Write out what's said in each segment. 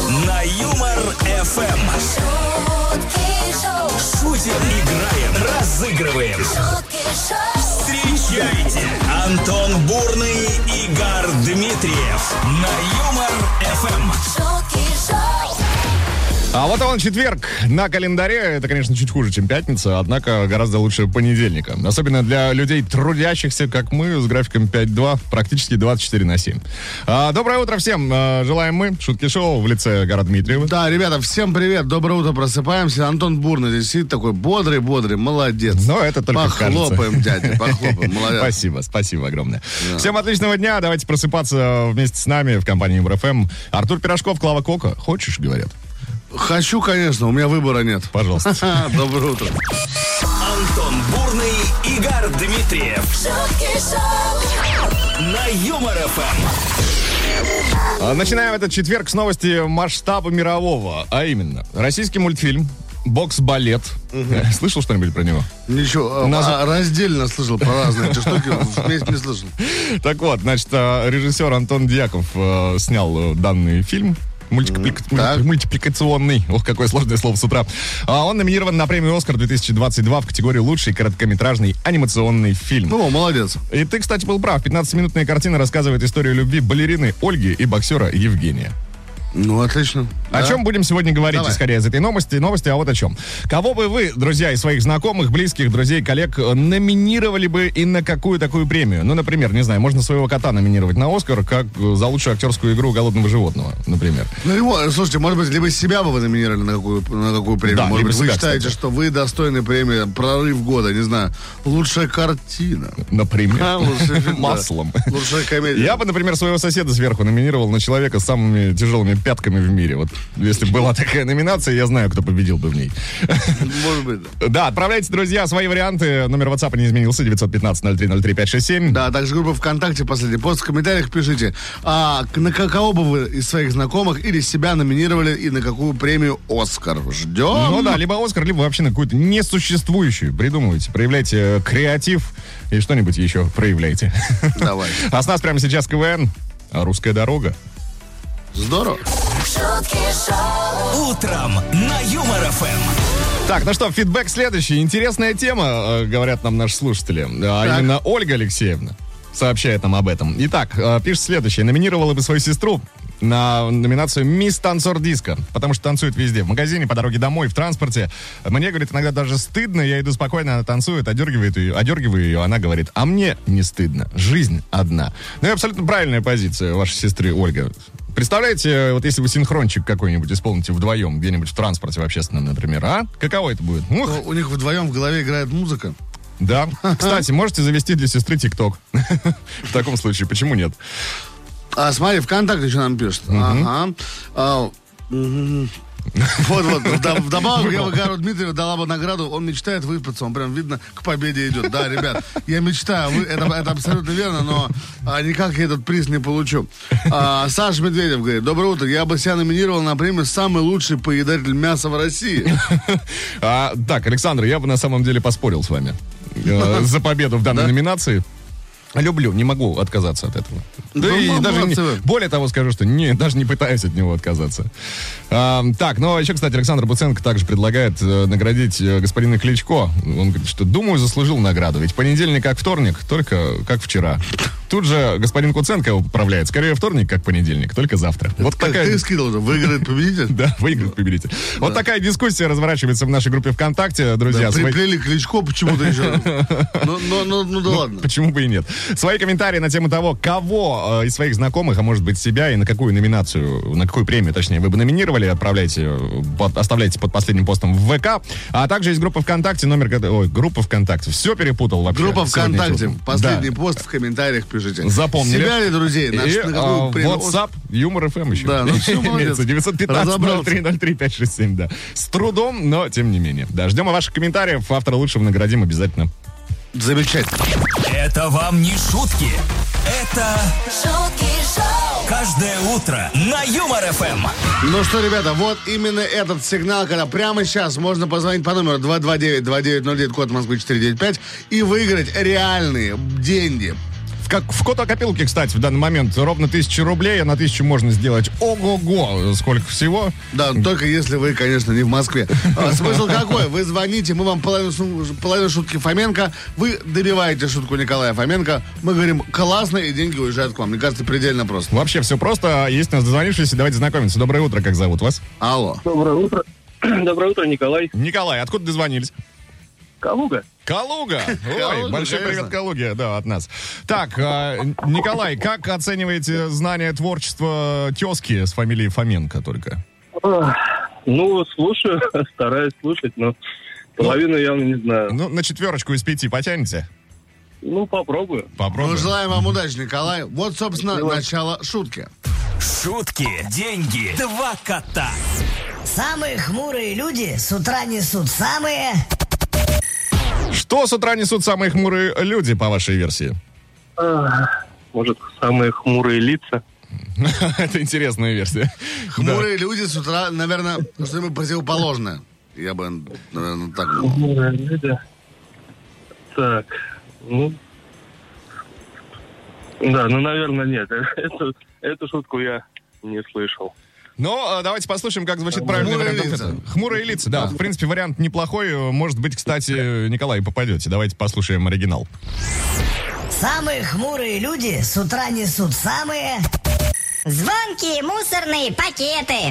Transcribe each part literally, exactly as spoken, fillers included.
на Юмор эф эм. Шутим, играем, разыгрываем. Встречайте, Антон Бурный, Игорь Дмитриев на Юмор эф эм. А вот он, четверг на календаре. Это, конечно, чуть хуже, чем пятница, однако гораздо лучше понедельника. Особенно для людей, трудящихся, как мы, с графиком пять два, практически двадцать четыре на семь. А, доброе утро всем. А, желаем мы. Шутки шоу в лице Игоря Дмитриева. Да, ребята, всем привет. Доброе утро, просыпаемся. Антон Бурный здесь сидит такой бодрый-бодрый, молодец. Но это только похлопаем, кажется. дядя, похлопаем. Молодец. Спасибо, спасибо огромное. Да. Всем отличного дня. Давайте просыпаться вместе с нами в компании Юмор эф эм. Артур Пирожков, Клава Кока. Хочешь, говорят? Хочу, конечно, у меня выбора нет. Пожалуйста. Доброе утро. Антон Бурный, Игорь Дмитриев на Юмор эф эм. Начинаем этот четверг с новости масштаба мирового. А именно, российский мультфильм «Бокс-балет». Угу. Слышал что-нибудь про него? Ничего, Наз... а, раздельно слышал про разные эти штуки, вместе не слышал. Так вот, значит, режиссер Антон Дьяков э, снял данный фильм. Мультиплика... Так. Мультипликационный. Ох, какое сложное слово с утра. А он номинирован на премию «Оскар» две тысячи двадцать два в категории «Лучший короткометражный анимационный фильм». Ну, молодец. И ты, кстати, был прав. пятнадцатиминутная картина рассказывает историю любви балерины Ольги и боксера Евгения. Ну, отлично. О да? чем будем сегодня говорить, Давай. исходя из этой новости? Новости, а вот о чем. Кого бы вы, друзья, из своих знакомых, близких, друзей, коллег, номинировали бы и на какую такую премию? Ну, например, не знаю, можно своего кота номинировать на «Оскар», как за лучшую актерскую игру «Голодного животного», например. Ну, его, слушайте, может быть, либо себя бы вы номинировали на какую, на какую премию. Да, может быть, себя, вы считаете, кстати. что вы достойны премии «Прорыв года», не знаю, лучшая картина. Например. А, лучший фильм, да. Маслом. Лучшая комедия. Я бы, например, своего соседа сверху номинировал на человека с самыми тяжелыми пятками в мире. Вот если бы была такая номинация, я знаю, кто победил бы в ней. Может быть, да. Да, отправляйте, друзья, свои варианты. Номер WhatsApp не изменился. девять один пять ноль три ноль три пять шесть семь. Да, также группа ВКонтакте, последний пост. В комментариях пишите, а на кого бы вы из своих знакомых или себя номинировали и на какую премию «Оскар». Ждем. Ну да, либо «Оскар», либо вообще на какую-то несуществующую. Придумывайте, проявляйте креатив и что-нибудь еще проявляйте. Давай. А с нас прямо сейчас КВН «Русская дорога». Здорово. Утром на Юмор эф эм. Так, ну что, фидбэк следующий. Интересная тема, э, говорят нам наши слушатели. А Так. именно Ольга Алексеевна сообщает нам об этом. Итак, э, пишет следующее. Номинировала бы свою сестру на номинацию «Мисс Танцор Диско», потому что танцует везде. В магазине, по дороге домой, в транспорте. Мне, говорит, иногда даже стыдно. Я иду спокойно, она танцует, одергивает ее, одергиваю ее. Она говорит, а мне не стыдно. Жизнь одна. Ну и абсолютно правильная позиция вашей сестры, Ольга. Представляете, вот если вы синхрончик какой-нибудь исполните вдвоем, где-нибудь в транспорте в общественном, например, а? Каково это будет? Ух, У них вдвоем в голове играет музыка. да. Кстати, можете завести для сестры ТикТок. В таком случае, почему нет? А смотри, ВКонтакте что нам пишет. Ага. А, мгм. Вот-вот, вдо- вдобавок я бы Гару Дмитриеву дала бы награду, он мечтает выспаться, он прям, видно, к победе идет. Да, ребят, я мечтаю, вы- это, это абсолютно верно, но а, никак я этот приз не получу. А, Саша Медведев говорит, доброе утро, я бы себя номинировал на премию «Самый лучший поедатель мяса в России». А, так, Александр, я бы на самом деле поспорил с вами э, за победу в данной Да? номинации. Люблю, не могу отказаться от этого. Да Ну, и ну, даже не- молодцы вы. более того скажу, что не, даже не пытаюсь от него отказаться. А, так, ну а еще, кстати, Александр Буценко также предлагает э, наградить э, господина Кличко. Он говорит, что, думаю, заслужил награду. Ведь понедельник как вторник, только как вчера. Тут же господин Куценко управляет. Скорее вторник, как понедельник, только завтра. Вот Как такая... ты скидывал уже, выиграет победитель? Да, выиграет победитель. Вот такая дискуссия разворачивается в нашей группе ВКонтакте, друзья. Да, Свои- приплели Кличко почему-то еще. Ну, ну, ну, ну да ладно. Почему бы и нет? Свои комментарии на тему того, кого э, из своих знакомых, а может быть себя, и на какую номинацию, на какую премию, точнее, вы бы номинировали, отправляйте, под, оставляйте под последним постом в ВК. А также есть группа ВКонтакте, номер... ко- Ой, группа ВКонтакте. Все перепутал вообще. Группа сегодня ВКонтакте. честно. Последний Да. пост в комментариях пишите. Запомнили. Себя ли, друзей? И На, на какую а, премию? WhatsApp, Юмор эф эм еще. Да, ну всё, молодец. Имеется девять один пять ноль три ноль три пять шесть семь, да. С трудом, но тем не менее. Да, ждем ваших комментариев. Автора лучшего наградим обязательно. Замечательно. Это вам не шутки. Это шутки шоу. Каждое утро на Юмор эф эм. Ну что, ребята, вот именно этот сигнал, когда прямо сейчас можно позвонить по номеру два два девять два девять ноль девять, код Москвы четыреста девяносто пять, и выиграть реальные деньги. В, как, в копилке, кстати, в данный момент ровно тысяча рублей, а на тысячу можно сделать ого-го. Сколько всего? Да, только если вы, конечно, не в Москве. А, смысл какой? Вы звоните, мы вам половину, половину шутки Фоменко, вы добиваете шутку Николая Фоменко, мы говорим классно, и деньги уезжают к вам. Мне кажется, предельно просто. Вообще все просто. Есть у нас дозвонившиеся, давайте знакомиться. Доброе утро, как зовут вас? Алло. Доброе утро. Доброе утро, Николай. Николай, откуда дозвонились? Калуга. Калуга. Ой, Калуга, большой конечно. привет Калуге, да, от нас. Так, э, Николай, как оцениваете знание творчества тезки с фамилией Фоменко только? Ну, слушаю, стараюсь слушать, но половину явно не знаю. Ну, на четверочку из пяти потянете? Ну, попробую. Мы Попробуем. желаем вам удачи, Николай. Вот, собственно, начало шутки. Шутки, деньги, два кота. Самые хмурые люди с утра несут самые... Что с утра несут самые хмурые люди, по вашей версии? Может, самые хмурые лица. Это интересная версия. Хмурые люди с утра, наверное, что-нибудь противоположное. Я бы, наверное, так думал. Хмурые люди. Так, ну... Да, ну, наверное, нет. Эту, эту шутку я не слышал. Но э, давайте послушаем, как звучит правильный Хмурые вариант лица. ответа. Хмурые лица, да. В принципе, вариант неплохой. Может быть, кстати, Николай, попадете. Давайте послушаем оригинал. Самые хмурые люди с утра несут самые... Звонкие мусорные пакеты.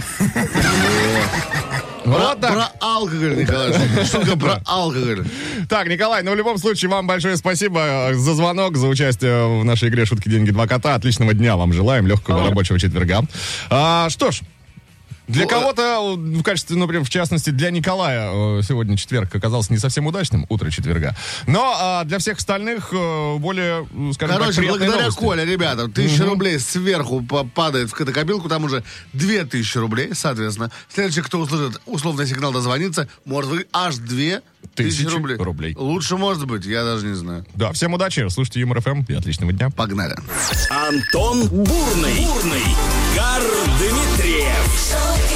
Вот так. Про алкоголь, Николай. шутка. Шутка про алкоголь. Так, Николай, ну в любом случае вам большое спасибо за звонок, за участие в нашей игре «Шутки, деньги, два кота». Отличного дня вам желаем, легкого рабочего четверга. А, что ж, для Ну, кого-то, в качестве, например, в частности, для Николая, э, сегодня четверг оказался не совсем удачным, утро четверга. Но а, для всех остальных э, более, скажем Короче, так, приятные благодаря новости. Коле, ребята, тысяча рублей сверху по- падает в копилку, там уже две тысячи рублей, соответственно. Следующий, кто услышит условный сигнал, дозвониться, может быть аж две тысячи Тысячи рублей. рублей. Лучше может быть, я даже не знаю. Да, всем удачи, слушайте Юмор ФМ и отличного дня. Погнали. Антон Бурный, Бурный, Гар Дмитриев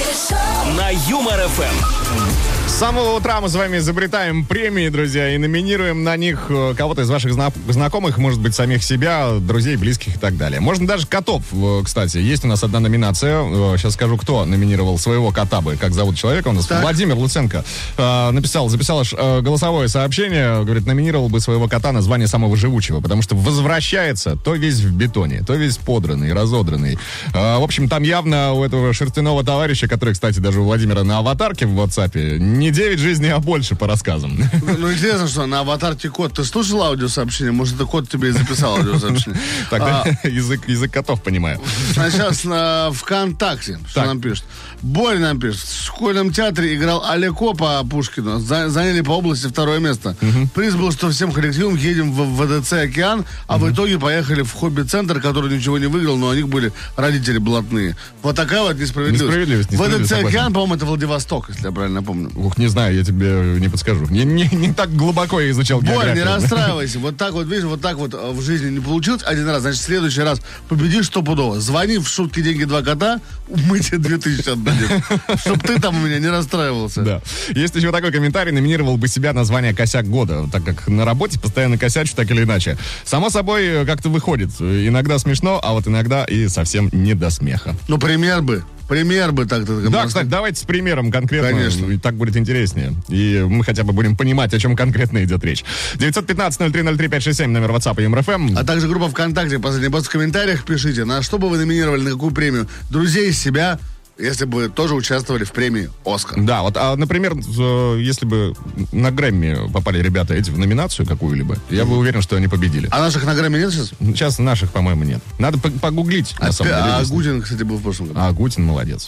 на Юмор ФМ. С самого утра мы с вами изобретаем премии, друзья, и номинируем на них э, кого-то из ваших зна- знакомых, может быть, самих себя, друзей, близких и так далее. Можно даже котов, э, кстати. Есть у нас одна номинация. Э, сейчас скажу, кто номинировал своего кота бы. Как зовут человека у нас? Так. Владимир Луценко. Э, написал, записал аж, э, голосовое сообщение. Говорит, номинировал бы своего кота на звание самого живучего, потому что возвращается то весь в бетоне, то весь подранный, разодранный. Э, в общем, там явно у этого шерстяного товарища, который, кстати, даже у Владимира на аватарке в WhatsApp, не девять жизней, а больше по рассказам. Ну, ну, интересно, что на аватарке кот. Ты слушал аудиосообщение? Может, это кот тебе и записал аудиосообщение? Тогда А, язык, язык котов понимаю. Сначала на ВКонтакте, что Так. нам пишет. Боря нам пишет. В школьном театре играл Алеко по Пушкину. За- заняли по области второе место. Приз был, что всем коллективом едем в ВДЦ «Океан», а в итоге поехали в хобби-центр, который ничего не выиграл, но у них были родители блатные. Вот такая вот несправедливость. Несправедливость, несправедливость, ВДЦ согласен. «Океан», по-моему, это Владивосток, если я правильно помню. Ух, не знаю, я тебе не подскажу. Не, не, не так глубоко я изучал Борь, географию. не расстраивайся. Вот так вот, видишь, вот так вот э, в жизни не получилось один раз. Значит, в следующий раз победишь стопудово. Звони в «Шутки, деньги, два кота», мы тебе две тысячи отдадим. Чтоб ты там у меня не расстраивался. Да. Есть еще такой комментарий, номинировал бы себя на звание «Косяк года», так как на работе постоянно косячу, так или иначе. Само собой, как-то выходит. Иногда смешно, а вот иногда и совсем не до смеха. Ну, пример бы. Пример бы так-то. Да, кстати, давайте с примером конкретно. Конечно. И так будет интереснее. И мы хотя бы будем понимать, о чем конкретно идет речь. девятьсот пятнадцать ноль три ноль три пять шесть семь, номер WhatsApp и МРФМ. А также группа ВКонтакте. Последний пост в комментариях пишите, на что бы вы номинировали, на какую премию. Друзей, себя, если бы тоже участвовали в премии «Оскар». Да, вот, а, например, э, если бы на Грэмми попали ребята эти в номинацию какую-либо, я бы уверен, что они победили. А наших на Грэмми нет сейчас? Сейчас наших, по-моему, нет. Надо по- погуглить, на А, самом деле. а если- Гутин, кстати, был в прошлом году. А Гутин молодец.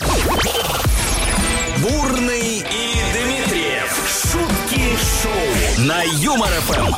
Бурный и Дмитриев. Шутки шоу на Юмор ФМ.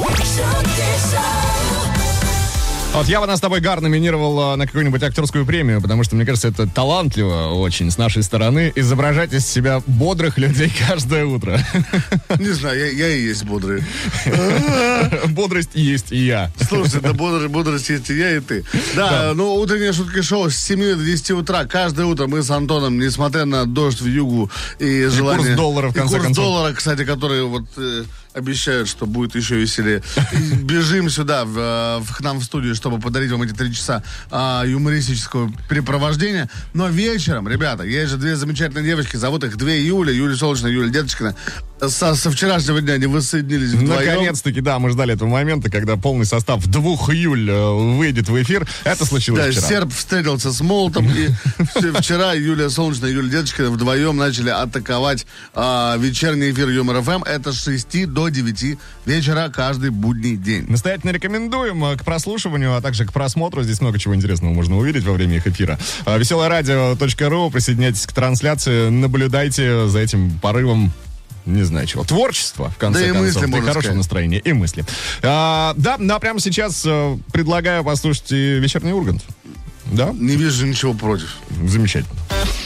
Вот я бы нас с тобой, Гар, номинировал а, на какую-нибудь актерскую премию, потому что, мне кажется, это талантливо очень с нашей стороны изображать из себя бодрых людей каждое утро. Не знаю, я, я и есть бодрый. Бодрость есть и я. Слушай, да бодр, бодрость есть и я, и ты. Да, ну, утреннее шутки шоу с семи до десяти утра. Каждое утро мы с Антоном, несмотря на дождь в югу и желание... курс доллара, в и конце курс концов. доллара, кстати, который вот... э, обещают, что будет еще веселее. И бежим сюда, в, в, к нам в студию, чтобы подарить вам эти три часа а, юмористического препровождения. Но вечером, ребята, есть же две замечательные девочки, зовут их две Юли, Юлия Солнечная, Юлия Деточкина. Со, со вчерашнего дня они воссоединились вдвоем. Наконец-таки, да, мы ждали этого момента, когда полный состав двух июль выйдет в эфир. Это случилось да, вчера. Серб встретился с молотом, и вчера Юлия Солнечная и Юлия Деточкина вдвоем начали атаковать а, вечерний эфир Юмор эф эм. Это с шести до девяти вечера каждый будний день. Настоятельно рекомендуем к прослушиванию, а также к просмотру. Здесь много чего интересного можно увидеть во время их эфира. веселое радио точка ру. Присоединяйтесь к трансляции, наблюдайте за этим порывом, не знаю чего, творчество, в конце да концов, и мысли, и хорошего сказать. настроения, и мысли. А, да, ну а прямо сейчас а, предлагаю послушать и «Вечерний Ургант». Да? Не вижу ничего против. Замечательно.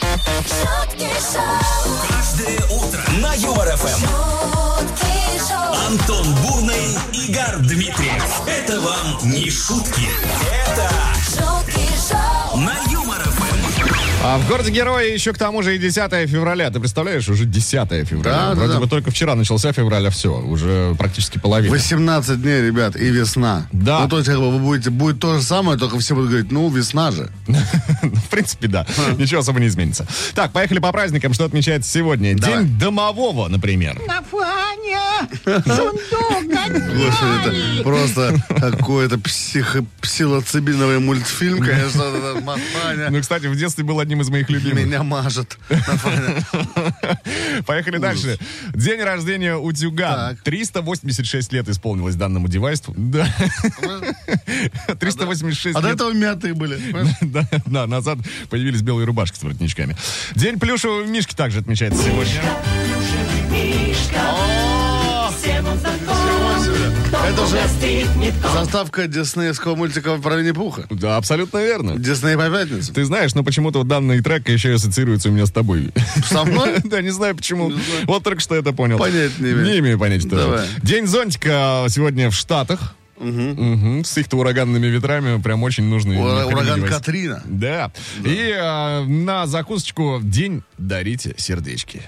Каждое утро на Юмор эф эм. Антон Бурный, Игорь Дмитриев. Это вам не шутки. Это на Юмор эф эм. А в городе Герои еще к тому же и десятое февраля. Ты представляешь, уже десятое февраля. Да, Вроде да, бы да. только вчера начался февраль, а все, уже практически половина. восемнадцать дней, ребят, и весна. Да. Ну, то есть, как бы, вы будете, будет то же самое, только все будут говорить, ну, весна же. В принципе, да. Ничего особо не изменится. Так, поехали по праздникам. Что отмечается сегодня? Давай. День домового, например. Господи, это просто какой-то психо- псилоцибиновый мультфильм, конечно, этот Мафаня. Ну, кстати, в детстве был одним из моих любимых. Меня мажет. Мафаня. Поехали дальше. День рождения утюга. Так. триста восемьдесят шесть лет исполнилось данному девайсу. Да. триста восемьдесят шесть А до лет. этого мятые были. Да, да, назад появились белые рубашки с воротничками. День плюшевого мишки также отмечается сегодня. О, ничего себе. Это же заставка диснеевского мультика про Винни-Пуха. Да, абсолютно верно. Дисней по пятницам. Ты знаешь, но почему-то вот данный трек еще и ассоциируется у меня с тобой. Со мной? Да, не знаю почему. Вот только что это понял. Понятия не имею. Не имею понятия тоже. Давай. День зонтика сегодня в Штатах. Мгм. С их-то ураганными ветрами прям очень нужный. Ура- необходимый Ураган девайс. Катрина. Да. И а, на закусочку день дарите сердечки.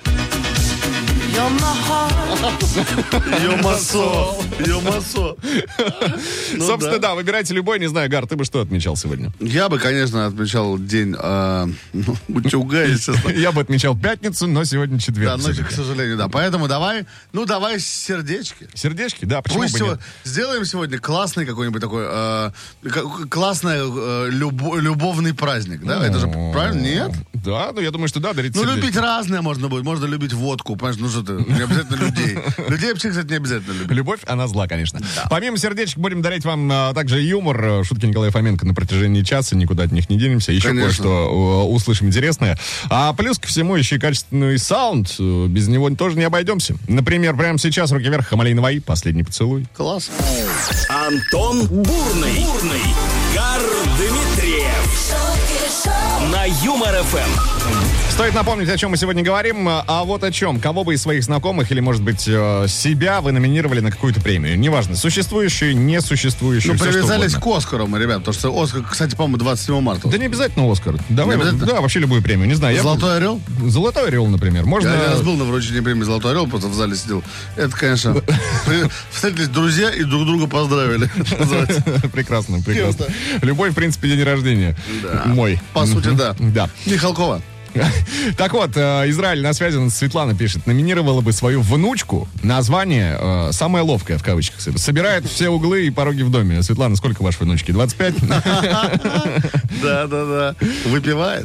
Юмасо. Юмасо. Ну Собственно, да. да, выбирайте любой. Не знаю, Гар, ты бы что отмечал сегодня? Я бы, конечно, отмечал день э, ну, утюга, естественно. Я бы отмечал пятницу, но сегодня Да, четверг. но, всё-таки. к сожалению, да. Поэтому давай, ну, давай сердечки. Сердечки? Да, почему Пусть бы сего- нет? сделаем сегодня классный какой-нибудь такой, э, к- классный э, любо- любовный праздник, да? Это же правильно? Нет? Да, ну я думаю, что да, дарить Ну, сердечки. любить разное можно будет. Можно любить водку, понимаешь? Ну, что ты, не обязательно людей. Людей вообще, кстати, не обязательно любить. Любовь, она зла, конечно. Помимо сердечек, будем дарить вам а, также юмор. Шутки Николая Фоменко на протяжении часа. Никуда от них не денемся. Еще Конечно. кое-что э, услышим интересное. А плюс ко всему еще и качественный саунд. Э, Без него тоже не обойдемся. Например, прямо сейчас руки вверх, Хамалей Наваи, «Последний поцелуй». Класс. Антон Бурный, Бурный, Игорь Дмитриев. На Юмор эф эм. Стоит напомнить, о чем мы сегодня говорим, а вот о чем. Кого бы из своих знакомых или, может быть, э, себя вы номинировали на какую-то премию. Неважно, существующую, несуществующую, Ну, все, что привязались угодно. к Оскару мы, ребят, потому что Оскар, кстати, по-моему, двадцать седьмого марта. Да не обязательно Оскар. Давай, Не обязательно? да, вообще любую премию. Не знаю. я бы- Золотой орел? Золотой орел, например. Можно... Я один раз был на вручении премии «Золотой орел», просто в зале сидел. Это, конечно, при- встретились друзья и друг друга поздравили. что называется. Прекрасно, прекрасно. Любой, в принципе, день рождения. Мой. По сути, да. Да. Михалкова. Так вот, э, Израиль на связи, Светлана пишет, номинировала бы свою внучку на звание э, «самое ловкое», в кавычках. Собирает все углы и пороги в доме. Светлана, сколько вашей внучки? двадцать пять? Да, да, да. Выпивает.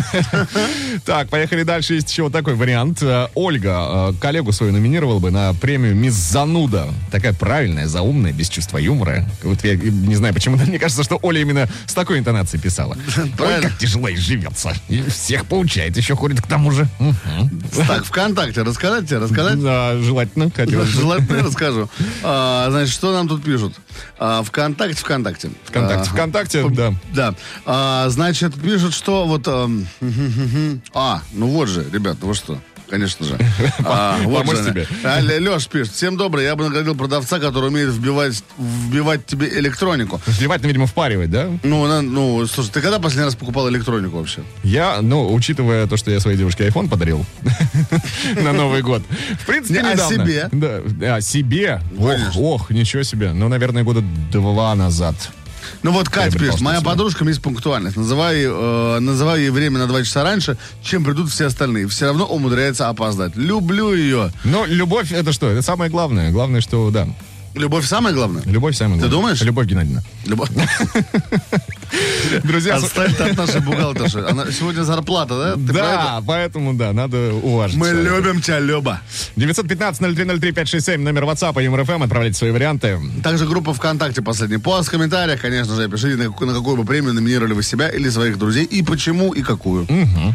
Так, поехали дальше. Есть еще вот такой вариант. Э, Ольга э, коллегу свою номинировала бы на премию «Мисс Зануда». Такая правильная, заумная, без чувства юмора. Вот я не знаю, почему, но мне кажется, что Оля именно с такой интонацией писала. Ой, Правильно. как тяжело и живется. И всех поучает, еще ходит к тому же. Мгм. Так, ВКонтакте рассказать тебе, рассказать? Да, желательно, хотелось бы. Желательно я расскажу. А, значит, что нам тут пишут? А, ВКонтакте, ВКонтакте. ВКонтакте, А, ВКонтакте, да. Да. А, значит, пишут, что вот... ам, а, ну вот же, ребят, вы что? конечно же. А, вот Помочь же тебе. она. А, Леш пишет, всем добрый, я бы наградил продавца, который умеет вбивать, вбивать тебе электронику. Вливать, ну, видимо, впаривать, да? Ну, на- ну, слушай, ты когда последний раз покупал электронику вообще? Я, ну, учитывая то, что я своей девушке iPhone подарил на Новый год, в принципе, Не, а недавно. себе? Да, а себе? Ох, Конечно. ох, ничего себе. Ну, наверное, года два назад. Ну вот Катя Приобретал пишет, моя что-то. подружка мисс пунктуальность. Называю, э, называю ей время на два часа раньше, чем придут все остальные. Все равно умудряется опоздать. Люблю ее. Но любовь, это что? Это самое главное. Главное, что, да, Любовь самое главное? любовь самое главное. Ты думаешь? Любовь Геннадьевна. Любовь. Друзья, с- Отстань ты от нашей бухгалтерши. Она, сегодня зарплата, да? Ты про это? да, поэтому, да, надо уважить. Мы человека. любим тебя, Люба. девять один пять ноль три ноль три пять шесть семь, номер WhatsApp и ЮморФМ, отправляйте свои варианты. Также группа ВКонтакте последний пост. В комментариях, конечно же, пишите, на какую, на какую бы премию номинировали вы себя или своих друзей, и почему, и какую.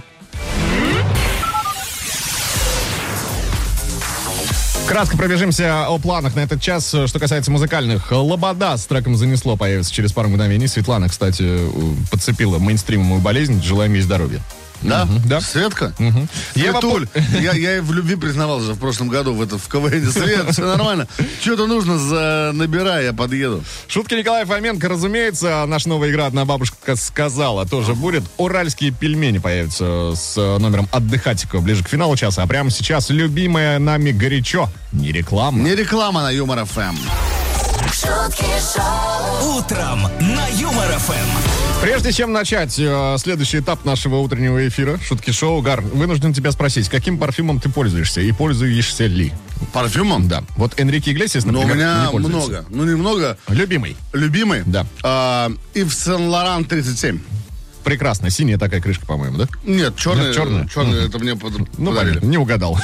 Кратко пробежимся о планах на этот час. Что касается музыкальных, Лобода с треком «Занесло» появится через пару мгновений. Светлана, кстати, подцепила мейнстримовую болезнь. Желаем ей здоровья. Да? Мгм, да. Светка? Ева Светуль, я, я и в любви признавался же в прошлом году в, это, в КВН. Свет, все нормально. Что-то нужно, за... набирай, я подъеду. Шутки Николая Фоменко, разумеется. Наша новая игра «Одна бабушка сказала» тоже будет. Уральские пельмени появятся с номером «Отдыхатика» ближе к финалу часа. А прямо сейчас любимая нами горячо. Не реклама. Не реклама на Юмор ФМ. Утром на Юмор ФМ. Прежде чем начать э, следующий этап нашего утреннего эфира, шутки шоу, Гар, вынужден тебя спросить, каким парфюмом ты пользуешься и пользуешься ли? Парфюмом? Да. Вот Энрике Иглесиас, Но например, у меня не пользуется. много. Ну, немного. Любимый. Любимый? Да. А, Ив Сен-Лоран тридцать семь. Прекрасно. Синяя такая крышка, по-моему, да? Нет, черный. Нет, черная? Черный, это мне под- Ну, подарили. понятно, не угадал.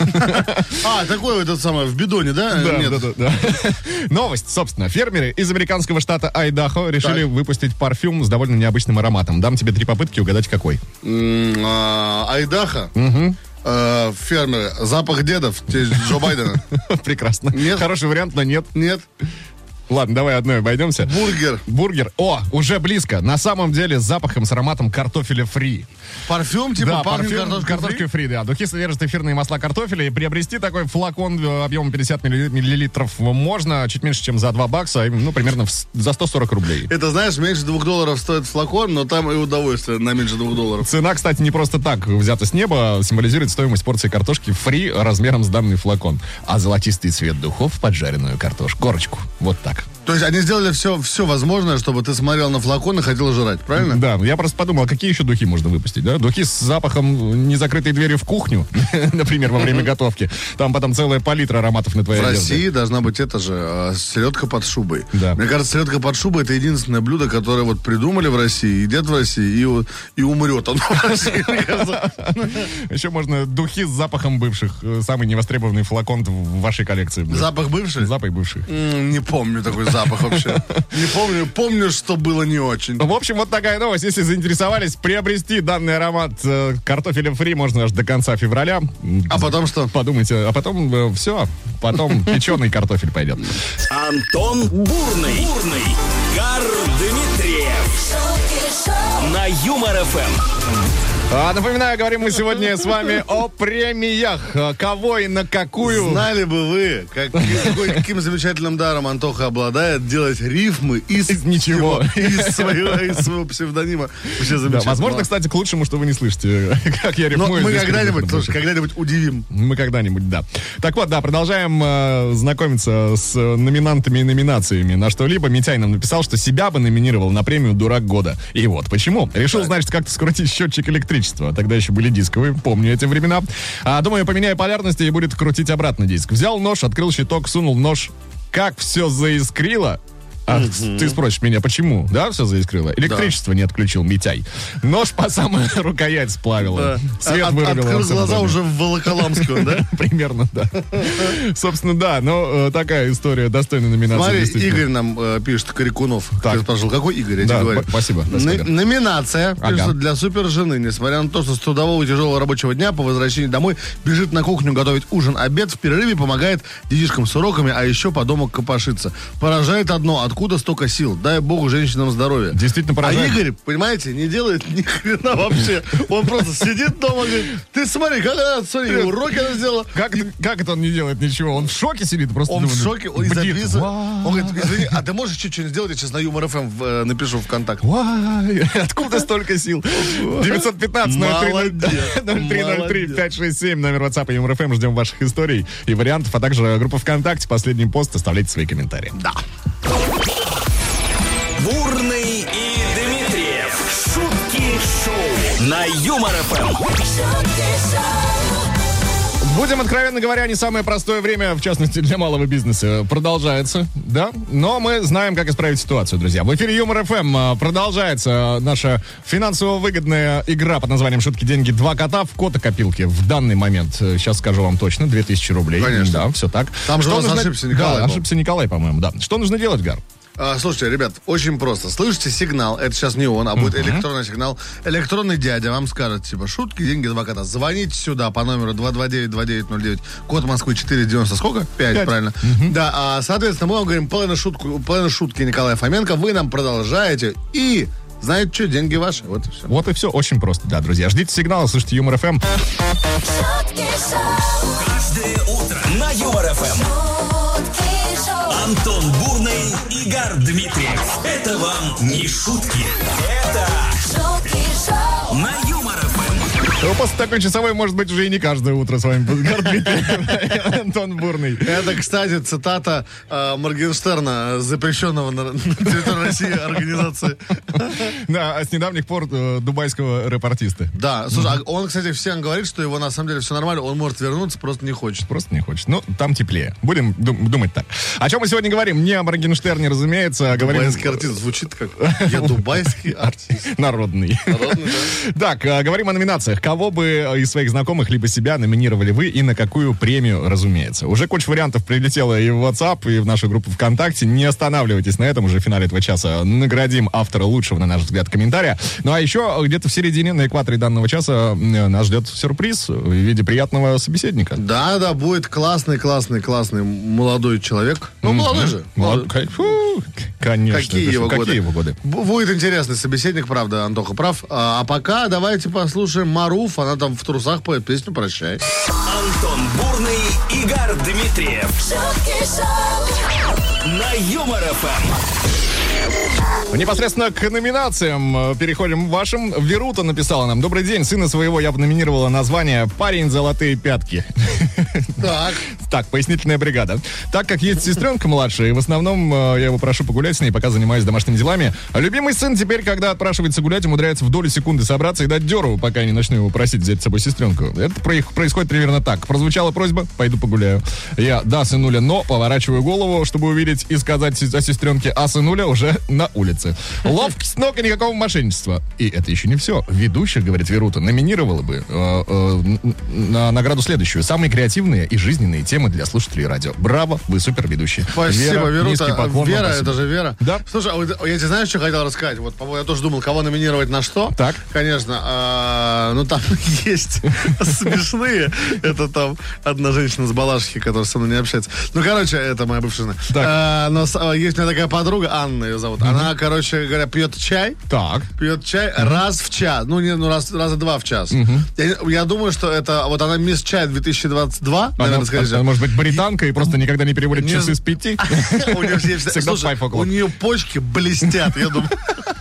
А, такой вот этот самый, в бидоне, да? Да, Нет. да, да, да. Новость, собственно. Фермеры из американского штата Айдахо решили Так. выпустить парфюм с довольно необычным ароматом. Дам тебе три попытки угадать, какой. М, а, Айдаха. А, фермеры. Запах дедов. Тесть Джо Байдена. Прекрасно. Нет. Хороший вариант, но нет. Нет. Ладно, давай одной обойдемся. Бургер. Бургер. О, уже близко. На самом деле с запахом, с ароматом картофеля фри. Парфюм, типа, да, пахнет парфюм картошкой картошкой фри? фри, да. Духи содержат эфирные масла картофеля, и приобрести такой флакон э, объемом пятьдесят миллилитров можно чуть меньше, чем за два бакса, и, ну, примерно в с- за сто сорок рублей. Это, знаешь, меньше двух долларов стоит флакон, но там и удовольствие на меньше двух долларов. Цена, кстати, не просто так взята с неба, символизирует стоимость порции картошки фри размером с данный флакон. А золотистый цвет духов — поджаренную картошку. Корочку. Вот так. То есть они сделали все, все возможное, чтобы ты смотрел на флакон и хотел жрать, правильно? Да, я просто подумал, а какие еще духи можно выпустить, да? Духи с запахом незакрытой дверью в кухню, например, во время готовки. Там потом целая палитра ароматов на твоей В одежде. России должна быть это же, а, селедка под шубой. Да. Мне кажется, селедка под шубой — это единственное блюдо, которое вот придумали в России, едят в России, и, вот- и умрет оно в России, мне кажется. Еще можно духи с запахом бывших. э, Самый невостребованный флакон в вашей коллекции. будет. Запах бывший? Запах бывших. М, Не помню такой запах вообще. Не помню. Помню, что было не очень. В общем, вот такая новость. Если заинтересовались, приобрести данный аромат э, картофеля фри можно аж до конца февраля. А потом что? Подумайте, а потом все, потом печеный картофель пойдет. Антон Бурный. Бурный. Гар Дмитриев. На Юмор ФМ. А, напоминаю, говорим мы сегодня с вами о премиях. А, Кого и на какую? Знали бы вы, как, какой- каким замечательным даром Антоха обладает делать рифмы из, Из ничего. всего, из, своего, из своего псевдонима. Вообще Да, замечательно. возможно, кстати, к лучшему, что вы не слышите, как я Но рифмую. мы здесь когда-нибудь, прекрасно слушай, будет. когда-нибудь удивим. Мы когда-нибудь, да. Так вот, да, продолжаем э, знакомиться с э, номинантами и номинациями на что-либо. Митяй нам написал, что себя бы номинировал на премию «Дурак года». И вот почему. Решил, значит, как-то скрутить счетчик электричества. Тогда еще были дисковые, помню эти времена. А, думаю, поменяю полярности и будет крутить обратно диск. Взял нож, открыл щиток, сунул в нож. Как все заискрило. А, ты спросишь меня, почему? Да, все заискрило? Электричество не отключил Митяй. Нож по самую рукоять сплавило. Свет От- вырубило. Открыл во всем глаза доме. уже в Волоколамскую, да? Примерно, да. Собственно, да, но э, такая история достойна номинации. Смотри, действительно. Игорь нам э, пишет, Корякунов. Так. Я спрашивал, какой Игорь? Я Да, тебе говорю. п- спасибо, Н- спасибо. Номинация, Ага. пишет, для супер жены. Несмотря на то, что с трудового и тяжелого рабочего дня по возвращении домой бежит на кухню готовить ужин, обед, в перерыве помогает детишкам с уроками, а еще по дому копошиться. Поражает одно, откуда откуда столько сил? Дай богу женщинам здоровья. Действительно поражает. А Игорь, понимаете, не делает ни хрена вообще. Он просто сидит дома и говорит, ты смотри, как она, смотри, уроки она сделала. Как, это, как это он не делает ничего? Он в шоке сидит просто. Он думает, в шоке, он бдит. записывает. Он говорит, извини, а ты можешь чуть-чуть сделать? Я сейчас на Юмор ФМ э, напишу ВКонтакте. Вай, откуда столько сил? девятьсот пятнадцать ноль три ноль три пять шесть семь, номер WhatsApp и Юмор ФМ. Ждем ваших историй и вариантов, а также группа ВКонтакте, последний пост, оставляйте свои комментарии. Да. Бурный и Дмитриев. Шутки шоу на Юмор ФМ. Будем, откровенно говоря, не самое простое время, в частности, для малого бизнеса, продолжается, да? Но мы знаем, как исправить ситуацию, друзья. В эфире Юмор ФМ продолжается наша финансово выгодная игра под названием «Шутки, деньги, два кота» в кота-копилке. В данный момент, сейчас скажу вам точно, две тысячи рублей. Конечно. Да, все так. Там же у вас нужно... ошибся Николай. Да, ошибся Николай, по-моему, да. Что нужно делать, Гар? А, слушайте, ребят, очень просто. Слышите сигнал, это сейчас не он, а будет uh-huh. электронный сигнал. Электронный дядя вам скажет, типа, шутки, деньги, два кота. Звоните сюда по номеру два два девять два девять ноль девять, код Москвы четыре девяносто, сколько? пять, правильно. Uh-huh. Да, а, соответственно, мы вам говорим половину, шутку, половину шутки Николая Фоменко, вы нам продолжаете и... Знаете что, деньги ваши, вот и все. Вот и все, очень просто, да, друзья. Ждите сигнала, слушайте Юмор ФМ. Каждое утро на Юмор ФМ. Антон Бурный, Игорь Дмитриев. Это вам не шутки. Это шутки шоу на Юмор ФМ. Ну, после такой часовой, может быть, уже и не каждое утро с вами будет Игорь Дмитриев, Антон Бурный. Это, кстати, цитата э, Моргенштерна, запрещенного на, на территории России организации. Да, а с недавних пор э, дубайского рэп-артиста. Да, слушай, а он, кстати, всем говорит, что его на самом деле все нормально, он может вернуться, просто не хочет. Просто не хочет. Ну, там теплее. Будем дум- думать так. О чем мы сегодня говорим? Не о Моргенштерне, разумеется, а говорим... Дубайский артист звучит как... Я дубайский артист. Народный. Народный, да. Так, э, говорим о номинациях. Кого бы из своих знакомых либо себя номинировали вы и на какую премию, разумеется. Уже куча вариантов прилетела и в WhatsApp, и в нашу группу ВКонтакте. Не останавливайтесь на этом, уже в финале этого часа наградим автора лучшего, на наш взгляд, комментария. Ну а еще где-то в середине, на экваторе данного часа, нас ждет сюрприз в виде приятного собеседника. Да, да, будет классный, классный, классный молодой человек. Ну, молодой же. Молод... Фу, конечно. Какие его Какие годы? его годы? Б- Будет интересный собеседник, правда, Антоха прав. А, а пока давайте послушаем Маруф, она там в трусах поет песню «Прощай». Антон Бурный, Игорь Дмитриев. Шутки шоу на Юмор ФМ. Непосредственно к номинациям переходим вашим. Верута написала нам: добрый день, сына своего я бы номинировала на звание «Парень золотые пятки». Так. Так, пояснительная бригада. Так как есть сестренка младшая, и в основном э, я его прошу погулять с ней, пока занимаюсь домашними делами. А любимый сын теперь, когда отпрашивается гулять, умудряется в долю секунды собраться и дать дёру, пока я не начну его просить взять с собой сестренку. Это про- происходит примерно так. Прозвучала просьба, пойду погуляю. Я, да, сынуля, но поворачиваю голову, чтобы увидеть и сказать о сестренке, а сынуля уже на улице. Ловкость ног и никакого мошенничества. И это еще не все. Ведущая, говорит Верута, номинировала бы э, э, на награду следующую. Самые креативные и жизненные темы для слушателей радио. Браво, вы супер ведущие. Спасибо, Вера, низкий Верута. поклон вам, Вера, спасибо. это же Вера. Да. Слушай, а вот я тебе знаешь, что хотел рассказать? Вот, по-моему, я тоже думал, кого номинировать на что. Так. Конечно. А, ну, там есть смешные. Это там одна женщина с Балашихи, которая со мной не общается. Ну, короче, это моя бывшая жена. Так. А, но с- а, есть у меня такая подруга, Анна ее зовут. Она, короче говоря, пьет чай. Так. Пьет чай раз в час. Ну, не, ну раз, раза два в час. Я, я думаю, что это... Вот она мисс чай две тысячи двадцать два, наверное, Она, скорее всего. она, может быть, британка и просто никогда не переводит Не часы з- с пяти. У нее все- Всегда слушай, five o'clock. у нее почки блестят, я думаю.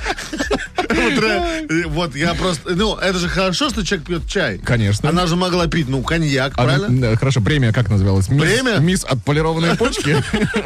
Вот, ре- Вот, я просто... Ну, это же хорошо, что человек пьет чай. Конечно. Она же могла пить, ну, коньяк, А, правильно? да, хорошо, премия как называлась? Мисс, Премия? Мисс отполированные почки.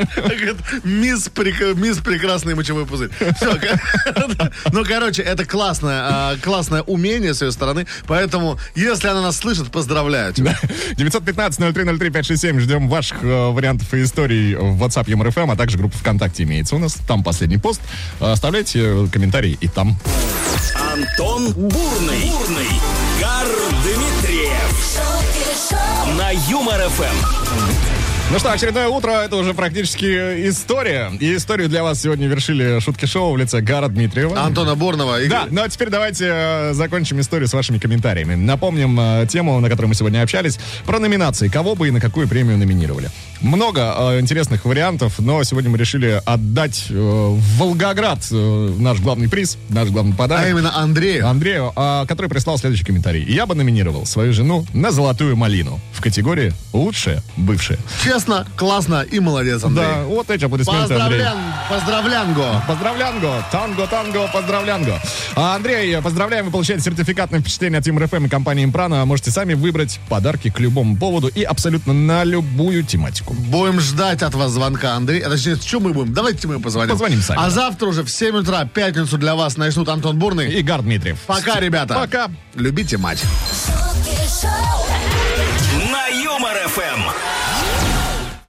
Мисс, прек- мисс прекрасный мочевой пузырь. Все. Ну, короче, это классное, а, классное умение с ее стороны. Поэтому, если она нас слышит, поздравляю тебя. девятьсот пятнадцать ноль три ноль три пять шесть семь. Ждем ваших э, вариантов и историй в WhatsApp Юмор ФМ, а также группа ВКонтакте имеется у нас. Там последний пост. Оставляйте э, комментарии и там. Антон Бурный, Бурный, Игорь Дмитриев. На Юмор ФМ. Ну что, очередное утро, это уже практически история. И историю для вас сегодня вершили шутки шоу в лице Гара Дмитриева. Антона Борнова. И... Да, ну а теперь давайте э, закончим историю с вашими комментариями. Напомним э, тему, на которой мы сегодня общались, про номинации, кого бы и на какую премию номинировали. Много э, интересных вариантов, но сегодня мы решили отдать э, в Волгоград э, наш главный приз, наш главный подарок. А именно Андрею. Андрею, э, который прислал следующий комментарий. Я бы номинировал свою жену на «Золотую малину» в категории «Лучшая бывшая». Честно, классно и молодец, Андрей. Да, вот эти аплодисменты, Андрей. Поздравлян, поздравлянго. Поздравлянго, танго, танго, поздравлянго. А, Андрей, поздравляем, вы получаете сертификат на впечатление от Team эр эф эм и компании Импрана. Можете сами выбрать подарки к любому поводу и абсолютно на любую тематику. Будем ждать от вас звонка, Андрей. А точнее, что мы будем? Давайте мы позвоним. Позвоним сами. А завтра уже в семь утра, пятницу для вас начнут Антон Бурный и Гар Дмитриев. Пока, ребята. Пока. Любите мать. На Юмор ФМ.